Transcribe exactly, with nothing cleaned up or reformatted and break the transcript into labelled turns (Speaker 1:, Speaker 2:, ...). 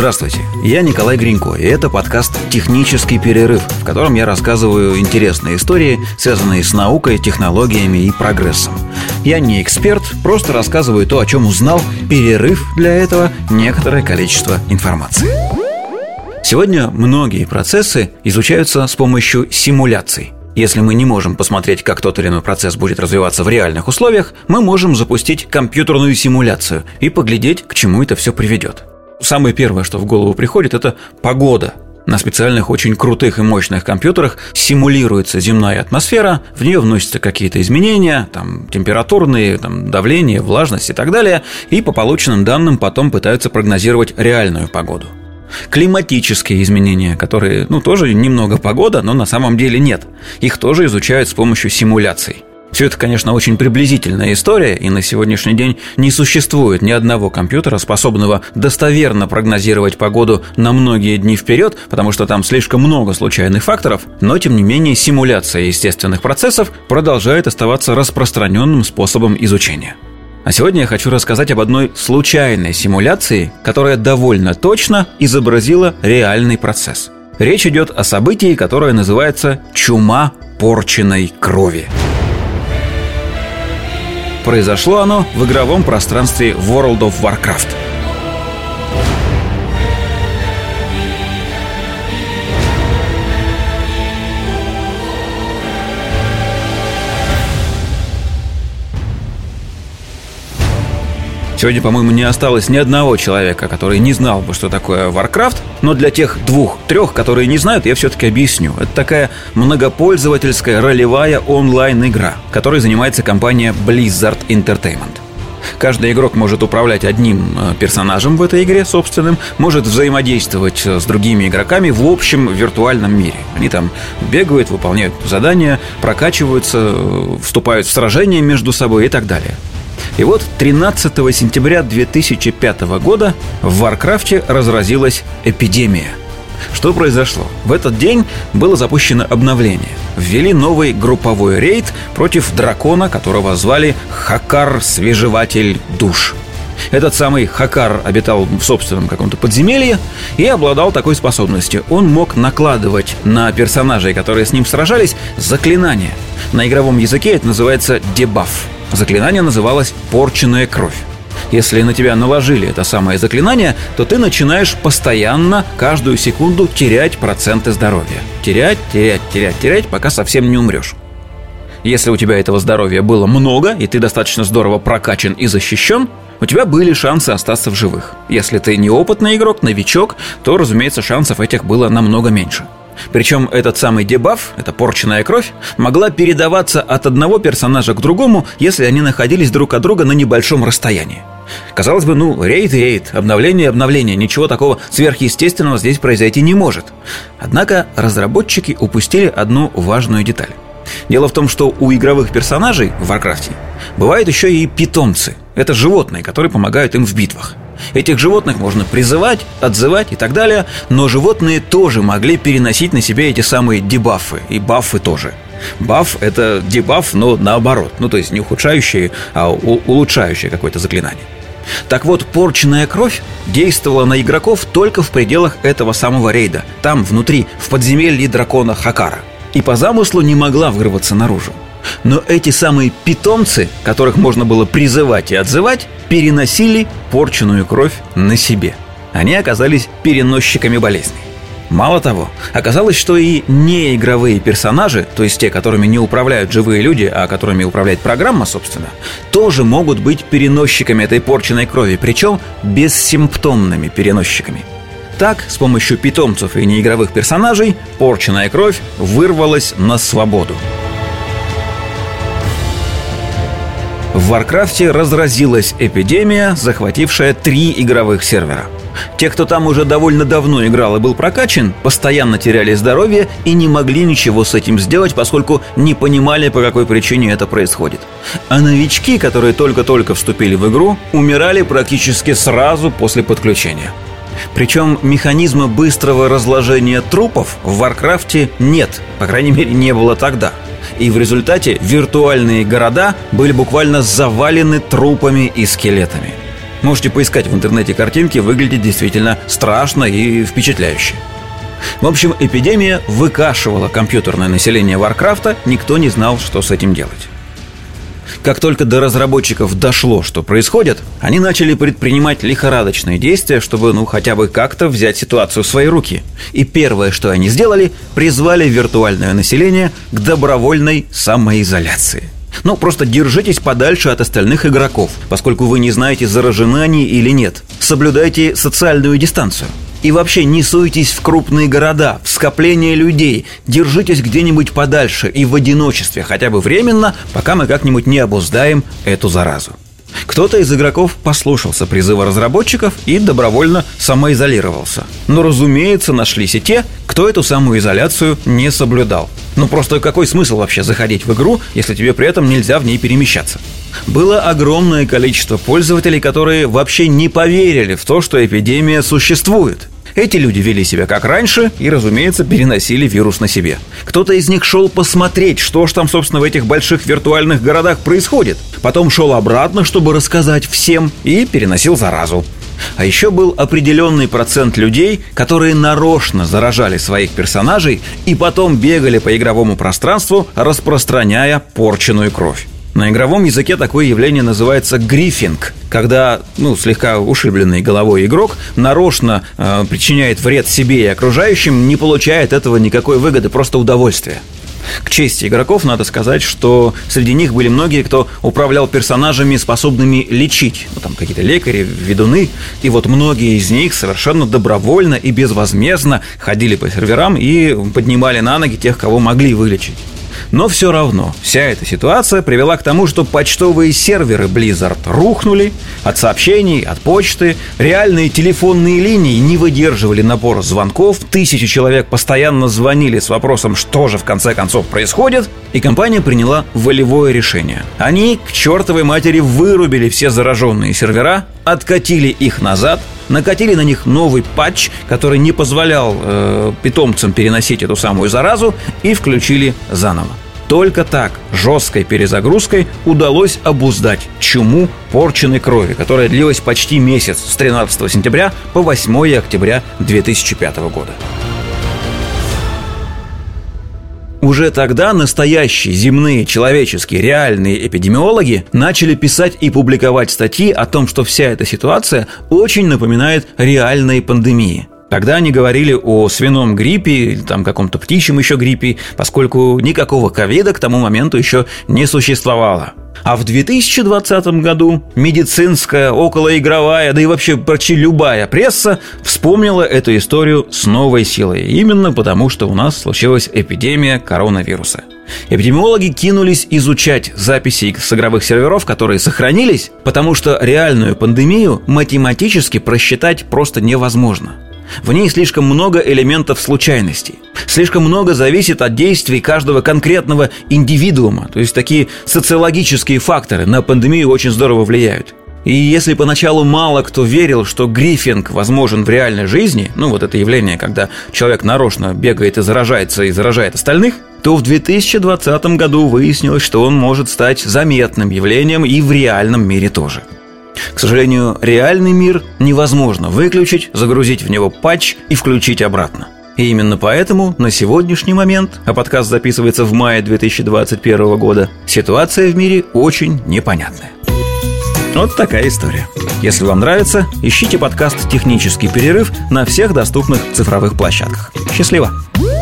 Speaker 1: Здравствуйте, я Николай Гринько, и это подкаст «Технический перерыв», в котором я рассказываю интересные истории, связанные с наукой, технологиями и прогрессом. Я не эксперт, просто рассказываю то, о чем узнал, перерыв для этого некоторое количество информации. Сегодня многие процессы изучаются с помощью симуляций. Если мы не можем посмотреть, как тот или иной процесс будет развиваться в реальных условиях, мы можем запустить компьютерную симуляцию и поглядеть, к чему это все приведет. Самое первое, что в голову приходит, это погода. На специальных очень крутых и мощных компьютерах симулируется земная атмосфера, в нее вносятся какие-то изменения, там, температурные, там, давление, влажность и так далее, и по полученным данным потом пытаются прогнозировать реальную погоду. Климатические изменения, которые, ну, тоже немного погода, но на самом деле нет. Их тоже изучают с помощью симуляций. Все это, конечно, очень приблизительная история, и на сегодняшний день не существует ни одного компьютера, способного достоверно прогнозировать погоду на многие дни вперед, потому что там слишком много случайных факторов, но, тем не менее, симуляция естественных процессов продолжает оставаться распространенным способом изучения. А сегодня я хочу рассказать об одной случайной симуляции, которая довольно точно изобразила реальный процесс. Речь идет о событии, которое называется «чума порченной крови». Произошло оно в игровом пространстве World of Warcraft. Сегодня, по-моему, не осталось ни одного человека, который не знал бы, что такое Warcraft. Но для тех двух-трех, которые не знают, я все-таки объясню. Это такая многопользовательская ролевая онлайн-игра, которой занимается компания Blizzard Entertainment. Каждый игрок может управлять одним персонажем в этой игре собственным, может взаимодействовать с другими игроками в общем виртуальном мире. Они там бегают, выполняют задания, прокачиваются, вступают в сражения между собой и так далее. И вот тринадцатого сентября две тысячи пятого года в Варкрафте разразилась эпидемия. Что произошло? В этот день было запущено обновление. Ввели новый групповой рейд против дракона, которого звали Хакар Свежеватель Душ. Этот самый Хакар обитал в собственном каком-то подземелье и обладал такой способностью. Он мог накладывать на персонажей, которые с ним сражались, заклинания. На игровом языке это называется дебаф. Заклинание называлось «порченная кровь». Если на тебя наложили это самое заклинание, то ты начинаешь постоянно, каждую секунду терять проценты здоровья. Терять, терять, терять, терять, пока совсем не умрешь. Если у тебя этого здоровья было много, и ты достаточно здорово прокачан и защищен, у тебя были шансы остаться в живых. Если ты неопытный игрок, новичок, то, разумеется, шансов этих было намного меньше. Причем этот самый дебаф, эта порченная кровь, могла передаваться от одного персонажа к другому, если они находились друг от друга на небольшом расстоянии. Казалось бы, ну, рейд и рейд, обновление и обновление, ничего такого сверхъестественного здесь произойти не может. Однако разработчики упустили одну важную деталь. Дело в том, что у игровых персонажей в Варкрафте бывают еще и питомцы. Это животные, которые помогают им в битвах. Этих животных можно призывать, отзывать и так далее, но животные тоже могли переносить на себе эти самые дебафы, и бафы тоже. Баф – это дебаф, но наоборот, ну то есть не ухудшающие, а у- улучшающие какое-то заклинание. Так вот, порченная кровь действовала на игроков только в пределах этого самого рейда, там, внутри, в подземелье дракона Хакара, и по замыслу не могла вырваться наружу. Но эти самые питомцы, которых можно было призывать и отзывать, переносили порченную кровь на себе. Они оказались переносчиками болезней. Мало того, оказалось, что и неигровые персонажи, то есть те, которыми не управляют живые люди, а которыми управляет программа, собственно, тоже могут быть переносчиками этой порченной крови, причем бессимптомными переносчиками. Так, с помощью питомцев и неигровых персонажей порченная кровь вырвалась на свободу. В Варкрафте разразилась эпидемия, захватившая три игровых сервера. Те, кто там уже довольно давно играл и был прокачан, постоянно теряли здоровье и не могли ничего с этим сделать, поскольку не понимали, по какой причине это происходит. А новички, которые только-только вступили в игру, умирали практически сразу после подключения. Причем механизма быстрого разложения трупов в Варкрафте нет, по крайней мере, не было тогда. И в результате виртуальные города были буквально завалены трупами и скелетами. Можете поискать в интернете картинки, выглядит действительно страшно и впечатляюще. В общем, эпидемия выкашивала компьютерное население Варкрафта, никто не знал, что с этим делать. Как только до разработчиков дошло, что происходит, они начали предпринимать лихорадочные действия, чтобы, ну, хотя бы как-то взять ситуацию в свои руки. И первое, что они сделали, призвали виртуальное население к добровольной самоизоляции. Ну, просто держитесь подальше от остальных игроков, поскольку вы не знаете, заражены они или нет. Соблюдайте социальную дистанцию. И вообще не суйтесь в крупные города, в скопление людей. Держитесь где-нибудь подальше и в одиночестве, хотя бы временно, пока мы как-нибудь не обуздаем эту заразу. Кто-то из игроков послушался призыва разработчиков и добровольно самоизолировался. Но, разумеется, нашлись и те, кто эту самоизоляцию не соблюдал. Ну просто какой смысл вообще заходить в игру, если тебе при этом нельзя в ней перемещаться? Было огромное количество пользователей, которые вообще не поверили в то, что эпидемия существует. Эти люди вели себя как раньше и, разумеется, переносили вирус на себе. Кто-то из них шел посмотреть, что ж там, собственно, в этих больших виртуальных городах происходит. Потом шел обратно, чтобы рассказать всем, и переносил заразу. А еще был определенный процент людей, которые нарочно заражали своих персонажей и потом бегали по игровому пространству, распространяя порченную кровь. На игровом языке такое явление называется грифинг, когда, ну, слегка ушибленный головой игрок нарочно э, причиняет вред себе и окружающим, не получая от этого никакой выгоды, просто удовольствия. К чести игроков надо сказать, что среди них были многие, кто управлял персонажами, способными лечить. Ну, там какие-то лекари, ведуны. И вот многие из них совершенно добровольно и безвозмездно ходили по серверам и поднимали на ноги тех, кого могли вылечить. Но все равно вся эта ситуация привела к тому, что почтовые серверы Blizzard рухнули от сообщений, от почты, реальные телефонные линии не выдерживали напора звонков, тысячи человек постоянно звонили с вопросом, что же в конце концов происходит, и компания приняла волевое решение. Они к чертовой матери вырубили все зараженные сервера, откатили их назад, накатили на них новый патч, который не позволял э, питомцам переносить эту самую заразу, и включили заново. Только так, жесткой перезагрузкой, удалось обуздать чуму порченной крови, которая длилась почти месяц, с тринадцатого сентября по восьмое октября две тысячи пятого года. Уже тогда настоящие земные, человеческие, реальные эпидемиологи начали писать и публиковать статьи о том, что вся эта ситуация очень напоминает реальные пандемии. Тогда они говорили о свином гриппе или там каком-то птичьем еще гриппе, поскольку никакого ковида к тому моменту еще не существовало. А в две тысячи двадцатом году медицинская, околоигровая, да и вообще почти любая пресса вспомнила эту историю с новой силой. Именно потому, что у нас случилась эпидемия коронавируса. Эпидемиологи кинулись изучать записи с игровых серверов, которые сохранились, потому что реальную пандемию математически просчитать просто невозможно. В ней слишком много элементов случайностей. Слишком много зависит от действий каждого конкретного индивидуума. То есть такие социологические факторы на пандемию очень здорово влияют. И если поначалу мало кто верил, что грифинг возможен в реальной жизни, ну вот это явление, когда человек нарочно бегает и заражается, и заражает остальных, то в две тысячи двадцатом году выяснилось, что он может стать заметным явлением и в реальном мире тоже. К сожалению, реальный мир невозможно выключить, загрузить в него патч и включить обратно. И именно поэтому на сегодняшний момент, а подкаст записывается в мае две тысячи двадцать первого года, ситуация в мире очень непонятная. Вот такая история. Если вам нравится, ищите подкаст «Технический перерыв» на всех доступных цифровых площадках. Счастливо!